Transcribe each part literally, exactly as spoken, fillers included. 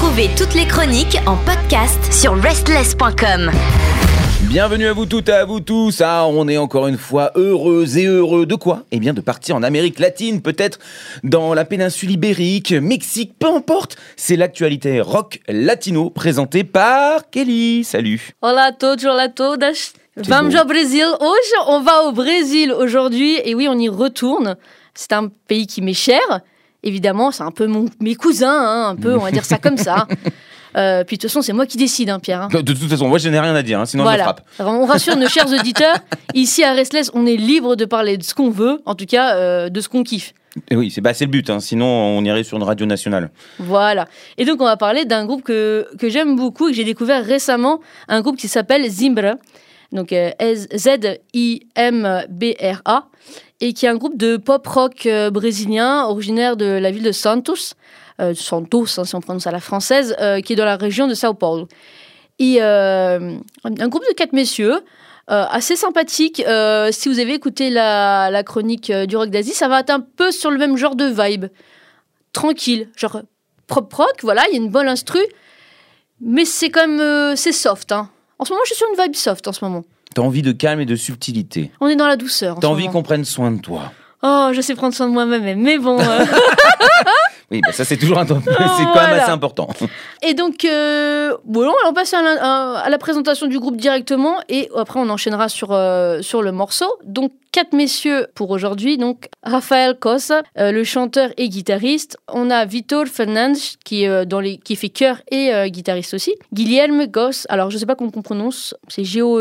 Retrouvez toutes les chroniques en podcast sur restless point com. Bienvenue à vous toutes et à vous tous. Ah, on est encore une fois heureux et heureux de quoi ? Eh bien de partir en Amérique latine, peut-être dans la péninsule ibérique, Mexique, peu importe. C'est l'actualité rock latino présentée par Kelly. Salut. Olá a todos, olá a todas. C'est Vamos beau. ao Brésil. Hoje, on va au Brésil aujourd'hui. Et oui, on y retourne. C'est un pays qui m'est cher. Évidemment, c'est un peu mon, mes cousins, hein, un peu, on va dire ça comme ça. Euh, puis de toute façon, c'est moi qui décide, hein, Pierre. Hein. De toute façon, moi je n'ai rien à dire, hein, sinon Voilà. je me frappe. Alors, on rassure nos chers auditeurs. Ici à Restless, on est libre de parler de ce qu'on veut, en tout cas euh, de ce qu'on kiffe. Et oui, c'est, bah, c'est le but, hein, sinon on irait sur une radio nationale. Voilà. Et donc, on va parler d'un groupe que, que j'aime beaucoup, que j'ai découvert récemment, un groupe qui s'appelle Zimbra, donc euh, Z I M B R A, et qui est un groupe de pop-rock euh, brésilien, originaire de la ville de Santos, euh, Santos, hein, si on prononce à la française, euh, qui est dans la région de Sao Paulo. Et euh, un groupe de quatre messieurs, euh, assez sympathique. Euh, si vous avez écouté la, la chronique euh, du rock d'Asie, ça va être un peu sur le même genre de vibe. Tranquille, genre pop rock, voilà, il y a une bonne instru, mais c'est quand même, euh, c'est soft. Hein. En ce moment, je suis sur une vibe soft en ce moment. T'as envie de calme et de subtilité. On est dans la douceur en T'as ce envie moment. qu'on prenne soin de toi. Oh, je sais prendre soin de moi-même, mais bon... euh, Oui, bah, ça c'est toujours un... c'est quand même Voilà. assez important. Et donc, euh, bon, on passe à la, à- à la présentation du groupe directement et après on enchaînera sur, euh, sur le morceau. Donc, quatre messieurs pour aujourd'hui. Donc, Rafael Cosa, euh, le chanteur et guitariste. On a Vitor Fernandes qui, euh, dans les, qui fait chœur et euh, guitariste aussi. Guilherme Goss, alors je sais pas comment on prononce, c'est G O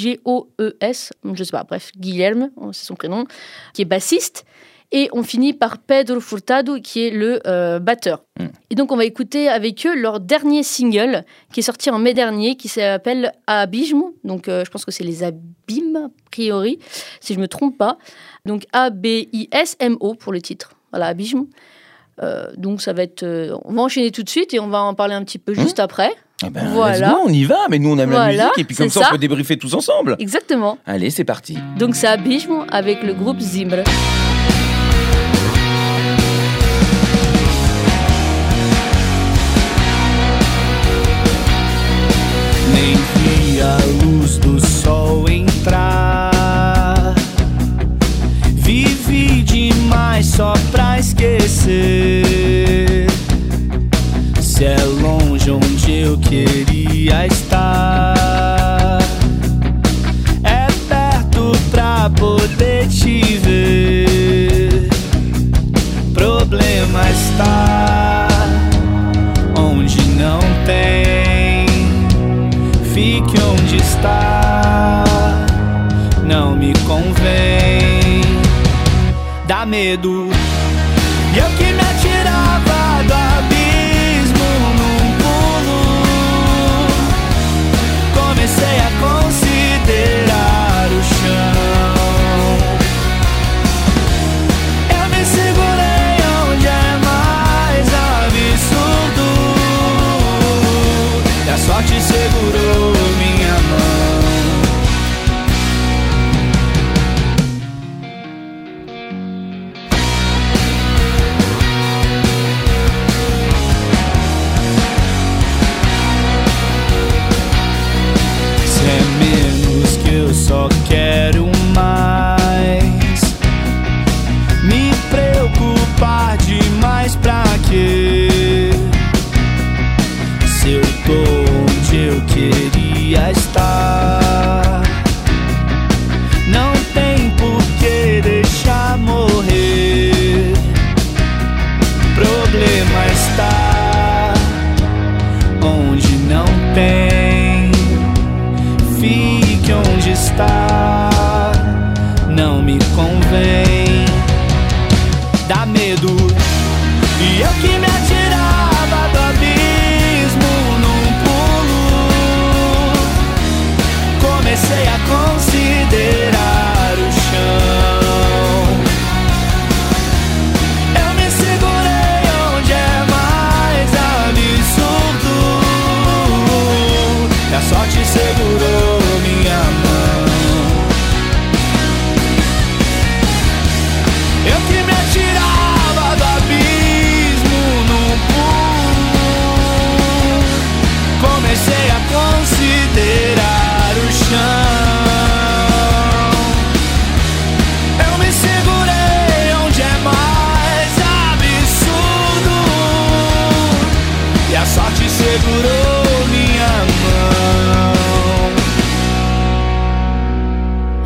E S, je sais pas, bref, Guilherme, c'est son prénom, qui est bassiste. Et on finit par Pedro Furtado, qui est le euh, batteur. Mm. Et donc, on va écouter avec eux leur dernier single, qui est sorti en mai dernier, qui s'appelle Abismo. Donc, euh, je pense que c'est les abîmes, a priori, si je ne me trompe pas. Donc, A B I S M O pour le titre. Voilà, Abismo. Euh, donc, ça va être... euh, on va enchaîner tout de suite et on va en parler un petit peu juste après. Eh ben, Voilà. let's go, on y va, mais nous on aime Voilà, la musique et puis comme c'est ça, ça. on peut débriefer tous ensemble. Exactement. Allez, c'est parti. Donc, c'est Abismo avec le groupe Zimbra. Nem vi a luz do sol entrar. Vivi demais só pra esquecer. Se é longe onde eu queria estar, é perto pra poder te ver. Problema está onde não tem. Fique onde está, não me convém. Dá medo. E eu que me atirava do abismo num pulo, comecei a considerar o chão. Eu me segurei onde é mais absurdo, e a sorte segurou minha mão.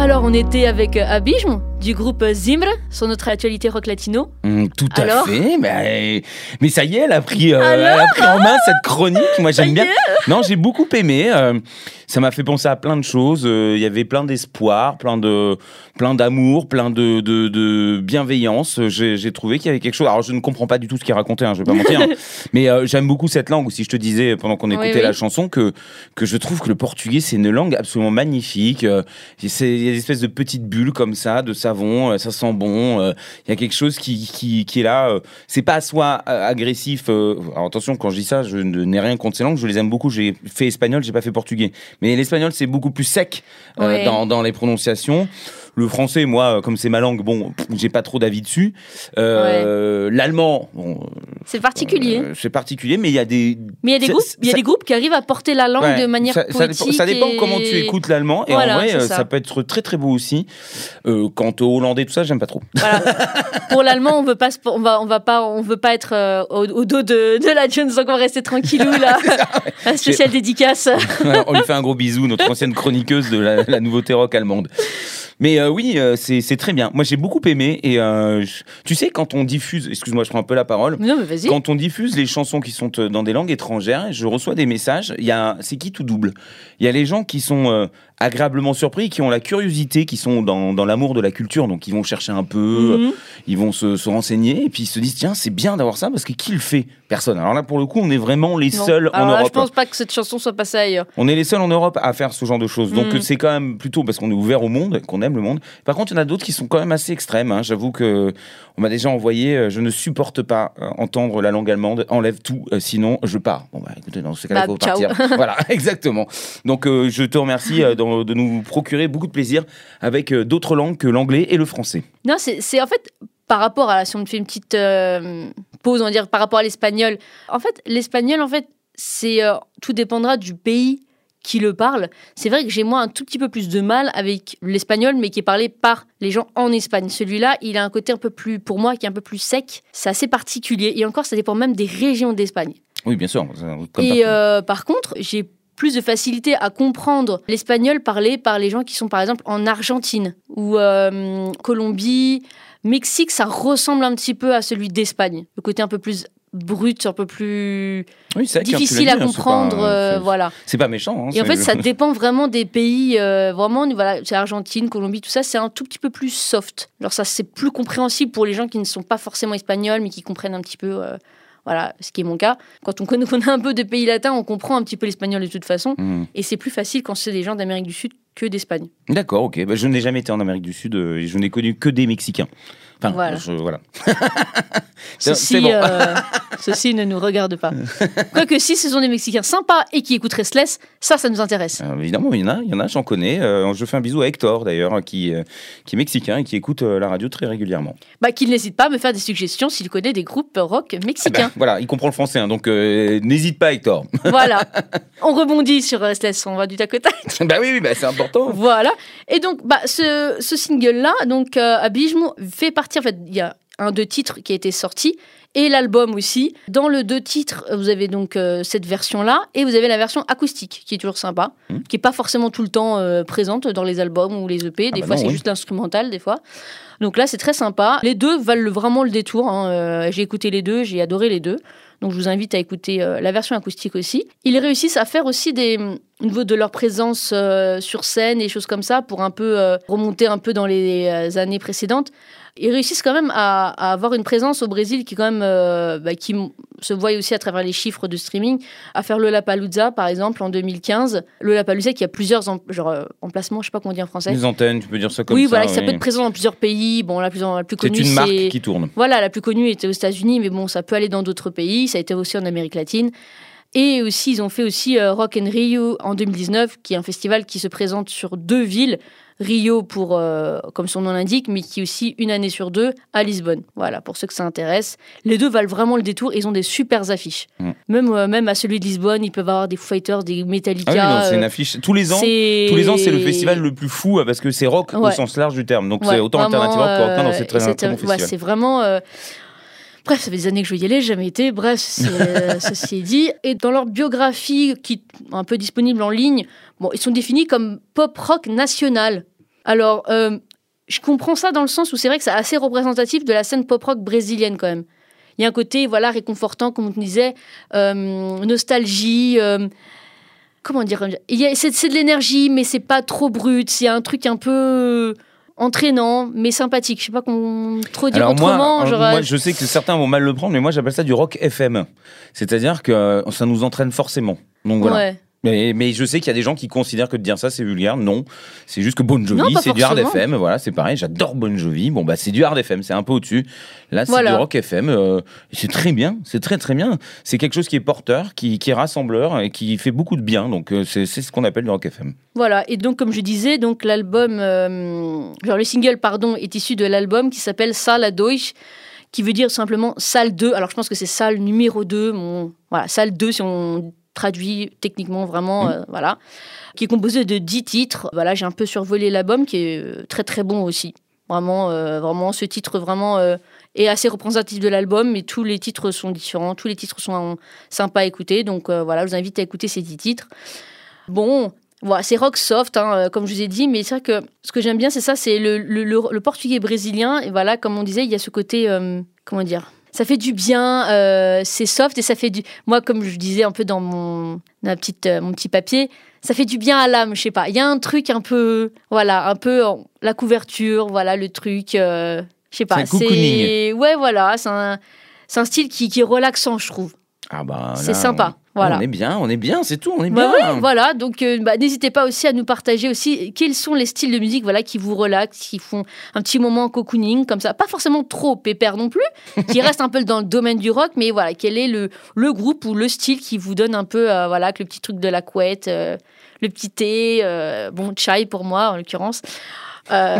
Alors, on était avec euh, Abismo, du groupe euh, Zimbra, sur notre actualité rock latino. Mmh, tout à Alors fait. Mais, mais ça y est, elle a pris, euh, Alors elle a pris en main cette chronique. Moi, Ça j'aime y bien. est. Non, j'ai beaucoup aimé. euh, ça m'a fait penser à plein de choses. euh, Il y avait plein d'espoir, plein de, plein d'amour, plein de, de, de bienveillance. J'ai, j'ai trouvé qu'il y avait quelque chose. Alors, je ne comprends pas du tout ce qu'il racontait, hein, je vais pas mentir. hein. Mais euh, j'aime beaucoup cette langue. Si je te disais pendant qu'on écoutait oui. la chanson que que je trouve que le portugais c'est une langue absolument magnifique. Euh, c'est, il y a des espèces de petites bulles comme ça, de savon. euh, Ça sent bon. euh, Il y a quelque chose qui qui, qui est là. euh, C'est pas soit euh, agressif. euh, alors attention, quand je dis ça, je ne- n'ai rien contre ces langues. Je les aime beaucoup. J'ai fait espagnol, j'ai pas fait portugais. Mais l'espagnol c'est beaucoup plus sec euh, Ouais. dans dans les prononciations. Le français, moi, comme c'est ma langue, bon, pff, j'ai pas trop d'avis dessus. Euh, L'allemand, bon, C'est particulier. euh, c'est particulier, mais il y a des. Mais il y a des ça- groupes, il y a ça- des groupes qui arrivent à porter la langue Ouais, de manière ça, ça poétique. dépend, ça dépend et- comment tu écoutes l'allemand. Et Voilà, en vrai, c'est euh, ça. ça. peut être très très beau aussi. Euh, quant au hollandais, tout ça, j'aime pas trop. Voilà. Pour l'allemand, on veut pas, se- on va, on va pas, on veut pas être euh, au, au dos de, de la Jones, donc on va rester tranquillou là. Un spécial dédicace. On lui fait un gros bisou, notre ancienne chroniqueuse de la, la nouveauté rock allemande. Mais euh, oui, euh, c'est c'est très bien. Moi, j'ai beaucoup aimé. Et euh, je- tu sais, quand on diffuse, excuse-moi, je prends un peu la parole. Non mais vas-y. Quand on diffuse les chansons qui sont euh, dans des langues étrangères, je reçois des messages. Il y a, c'est qui tout double. Il y a les gens qui sont euh, agréablement surpris, qui ont la curiosité, qui sont dans, dans l'amour de la culture, donc ils vont chercher un peu, Mhm. ils vont se, se renseigner, et puis ils se disent tiens, c'est bien d'avoir ça parce que qui le fait? Personne. Alors là, pour le coup, on est vraiment les Non. seuls en Alors là, Europe. je pense pas que cette chanson soit passée ailleurs. On est les seuls en Europe à faire ce genre de choses. Donc Mm. c'est quand même plutôt parce qu'on est ouvert au monde, qu'on aime le monde. Par contre, il y en a d'autres qui sont quand même assez extrêmes. hein. J'avoue que on m'a déjà envoyé euh, je ne supporte pas euh, entendre la langue allemande, enlève tout, euh, sinon je pars. Bon bah écoutez, dans ce cas-là, il Bah, faut ciao. partir. Voilà, exactement. Donc euh, je te remercie euh, de, de nous procurer beaucoup de plaisir avec euh, d'autres langues que l'anglais et le français. Non, c'est c'est en fait par rapport à, si on me fait une petite euh, pause, on va dire par rapport à l'espagnol. En fait, l'espagnol, en fait, c'est euh, tout dépendra du pays qui le parle. C'est vrai que j'ai moi un tout petit peu plus de mal avec l'espagnol, mais qui est parlé par les gens en Espagne. Celui-là, il a un côté un peu plus, pour moi, qui est un peu plus sec. C'est assez particulier. Et encore, ça dépend même des régions d'Espagne. Oui, bien sûr. Comme Et partout. euh, par contre, j'ai plus de facilité à comprendre l'espagnol parlé par les gens qui sont par exemple en Argentine ou euh, Colombie, Mexique, ça ressemble un petit peu à celui d'Espagne. Le côté un peu plus brut, un peu plus Oui, c'est vrai que tu difficile l'as à dit, hein, c'est comprendre, pas- euh, c'est- voilà. C'est pas méchant. hein, Et en c'est- fait, ça dépend vraiment des pays. euh, vraiment, voilà, c'est Argentine, Colombie, tout ça, c'est un tout petit peu plus soft. Alors ça, c'est plus compréhensible pour les gens qui ne sont pas forcément espagnols, mais qui comprennent un petit peu. euh, Voilà, ce qui est mon cas. Quand on connaît, qu'on a un peu de pays latins, on comprend un petit peu l'espagnol de toute façon. Hmm. Et c'est plus facile quand c'est des gens d'Amérique du Sud que d'Espagne. D'accord, ok. Bah, je n'ai jamais été en Amérique du Sud euh, et je n'ai connu que des Mexicains. Enfin, Voilà. je- voilà. C'est- Ceci, c'est bon. euh, ceci ne nous regarde pas. Quoique si ce sont des Mexicains sympas et qui écoutent Restless, ça, ça nous intéresse. Euh, évidemment, il y en a, il y en a, j'en connais. Euh, je fais un bisou à Hector d'ailleurs, qui, euh, qui est mexicain et qui écoute euh, la radio très régulièrement. Bah, qu'il n'hésite pas à me faire des suggestions s'il connaît des groupes rock Ah bah, mexicains. voilà, il comprend le français, hein, donc euh, n'hésite pas, Hector. Voilà. On rebondit sur Restless, on va du tac au tac. bah oui, oui, bah, c'est important. Voilà. Et donc, bah, ce, ce single-là, donc euh, Abismo, fait partie, en fait, il y a un deux titres qui a été sorti, et l'album aussi. Dans le deux titres, vous avez donc euh, cette version-là, et vous avez la version acoustique, qui est toujours sympa, Mmh. qui n'est pas forcément tout le temps euh, présente dans les albums ou les E P. Des Ah bah fois, non, c'est oui. juste l'instrumental, des fois. Donc là, c'est très sympa. Les deux valent le- vraiment le détour. hein. Euh, j'ai écouté les deux, j'ai adoré les deux. Donc je vous invite à écouter euh, la version acoustique aussi. Ils réussissent à faire aussi des, au niveau de leur présence euh, sur scène et choses comme ça, pour un peu euh, remonter un peu dans les euh, années précédentes. Ils réussissent quand même à, à avoir une présence au Brésil qui quand même euh, bah, qui m- se voit aussi à travers les chiffres de streaming, à faire le Lollapalooza par exemple en deux mille quinze. Le Lollapalooza qui a plusieurs em- genre, euh, emplacements, je sais pas comment on dit en français. Les antennes, tu peux dire ça comme oui, ça. voilà, ça oui. peut être présent dans plusieurs pays. Bon, la plus, la plus C'est connue, une marque c'est qui tourne. voilà, la plus connue était aux États-Unis, mais bon, ça peut aller dans d'autres pays. Ça a été aussi en Amérique latine. Et aussi, ils ont fait aussi euh, Rock in Rio en deux mille dix-neuf, qui est un festival qui se présente sur deux villes. Rio, pour, euh, comme son nom l'indique, mais qui est aussi une année sur deux à Lisbonne. Voilà, pour ceux que ça intéresse. Les deux valent vraiment le détour. Ils ont des super affiches. Mm. Même, euh, même à celui de Lisbonne, ils peuvent avoir des Foo Fighters, des Metallica. Ah oui, non, c'est euh, une affiche. Tous les ans, c'est- tous les ans, c'est le festival le plus fou euh, parce que c'est rock au Ouais. sens large du terme. Donc Ouais, c'est autant vraiment, alternative rock que rock. Non, non, c'est euh, très, c'est- très bon ouais, festival. c'est vraiment. euh, Bref, ça fait des années que je veux y aller, j'ai jamais été. Bref, c'est, euh, ceci est dit. Et dans leur biographie, qui est un peu disponible en ligne, bon, ils sont définis comme pop rock national. Alors, euh, je comprends ça dans le sens où c'est vrai que c'est assez représentatif de la scène pop-rock brésilienne quand même. Il y a un côté, voilà, réconfortant, comme on disait, euh, nostalgie. Euh, comment dire il y a, c'est, c'est de l'énergie, mais c'est pas trop brut. C'est un truc un peu entraînant, mais sympathique. Je sais pas comment trop dire Alors autrement. moi, genre, moi, je sais que certains vont mal le prendre, mais moi, j'appelle ça du rock F M. C'est-à-dire que euh, ça nous entraîne forcément. Donc voilà. Ouais. Mais, mais je sais qu'il y a des gens qui considèrent que de dire ça c'est vulgaire. Non, c'est juste que Bon Jovi, Non, pas c'est du hard forcément. F M. Voilà, c'est pareil. J'adore Bon Jovi. Bon bah c'est du hard F M, c'est un peu au-dessus. Là, c'est Voilà. du rock F M. Euh, c'est très bien, c'est très très bien. C'est quelque chose qui est porteur, qui, qui est rassembleur et qui fait beaucoup de bien. Donc euh, c'est, c'est ce qu'on appelle du rock F M. Voilà, et donc comme je disais, donc l'album, euh, genre le single, pardon, est issu de l'album qui s'appelle Sala Deutsch, qui veut dire simplement salle deux. Alors je pense que c'est salle numéro deux, mon... voilà, salle deux si on traduit techniquement vraiment, mmh. euh, voilà, qui est composé de dix titres. Voilà, j'ai un peu survolé l'album qui est euh, très très bon aussi. Vraiment, euh, vraiment, ce titre vraiment euh, est assez représentatif de l'album, mais tous les titres sont différents, tous les titres sont euh, sympas à écouter. Donc euh, voilà, je vous invite à écouter ces dix titres. Bon, voilà, c'est rock soft, hein, comme je vous ai dit, mais c'est vrai que ce que j'aime bien, c'est ça, c'est le, le, le, le portugais brésilien. Et voilà, comme on disait, il y a ce côté, euh, comment dire, ça fait du bien, euh, c'est soft et ça fait du... Moi, comme je disais un peu dans mon, dans ma petite, euh, mon petit papier, ça fait du bien à l'âme, je sais pas. Il y a un truc un peu, voilà, un peu euh, la couverture, voilà, le truc, euh, je sais pas. C'est le cocooning. Ouais, voilà, c'est un, c'est un style qui, qui est relaxant, je trouve. Ah bah, c'est là, sympa. On, voilà. on est bien, on est bien, c'est tout, on est bah bien. Oui, voilà, donc euh, bah, n'hésitez pas aussi à nous partager aussi quels sont les styles de musique voilà, qui vous relaxent, qui font un petit moment cocooning, comme ça. Pas forcément trop pépère non plus, qui reste un peu dans le domaine du rock, mais voilà, quel est le, le groupe ou le style qui vous donne un peu, euh, voilà, avec le petit truc de la couette, euh, le petit thé, euh, bon, chai pour moi en l'occurrence. Euh,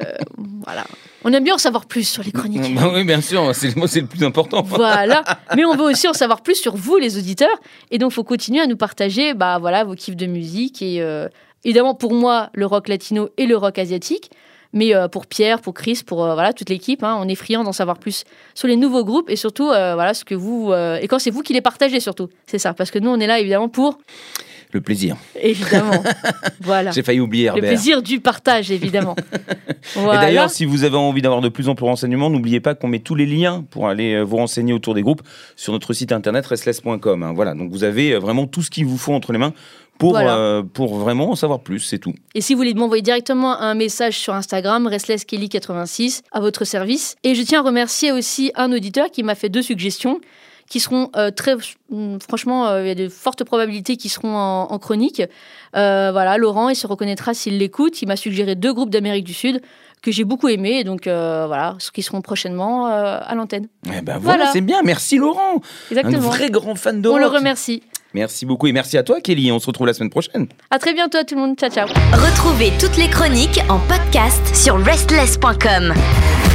voilà. On aime bien en savoir plus sur les chroniques. Bah oui, bien sûr, c'est, moi, c'est le plus important. Voilà. Mais on veut aussi en savoir plus sur vous, les auditeurs. Et donc, il faut continuer à nous partager bah, voilà, vos kiffs de musique. Et euh, évidemment, pour moi, le rock latino et le rock asiatique. Mais euh, pour Pierre, pour Chris, pour euh, voilà, toute l'équipe, hein, on est friands d'en savoir plus sur les nouveaux groupes. Et surtout, euh, voilà, ce que vous... Euh, et quand c'est vous qui les partagez, surtout. C'est ça. Parce que nous, on est là, évidemment, pour... Le plaisir. Évidemment. Voilà. J'ai failli oublier Herbert. Le plaisir du partage, évidemment. Voilà. Et d'ailleurs, si vous avez envie d'avoir de plus amples renseignements, n'oubliez pas qu'on met tous les liens pour aller vous renseigner autour des groupes sur notre site internet restless point com. Hein. Voilà, donc vous avez vraiment tout ce qu'il vous faut entre les mains pour, voilà. euh, pour vraiment en savoir plus, c'est tout. Et si vous voulez m'envoyer directement un message sur Instagram, restless kelly quatre-vingt-six, à votre service. Et je tiens à remercier aussi un auditeur qui m'a fait deux suggestions qui seront euh, très... Franchement, il euh, y a de fortes probabilités qu'ils seront en, en chronique. Euh, voilà, Laurent, il se reconnaîtra s'il l'écoute. Il m'a suggéré deux groupes d'Amérique du Sud que j'ai beaucoup aimés. Et donc, euh, voilà, qui seront prochainement euh, à l'antenne. Eh ben voilà, voilà, c'est bien. Merci Laurent. Exactement. Un vrai grand fan de On rock. le remercie. Merci beaucoup et merci à toi Kelly. On se retrouve la semaine prochaine. À très bientôt tout le monde. Ciao, ciao. Retrouvez toutes les chroniques en podcast sur restless point com.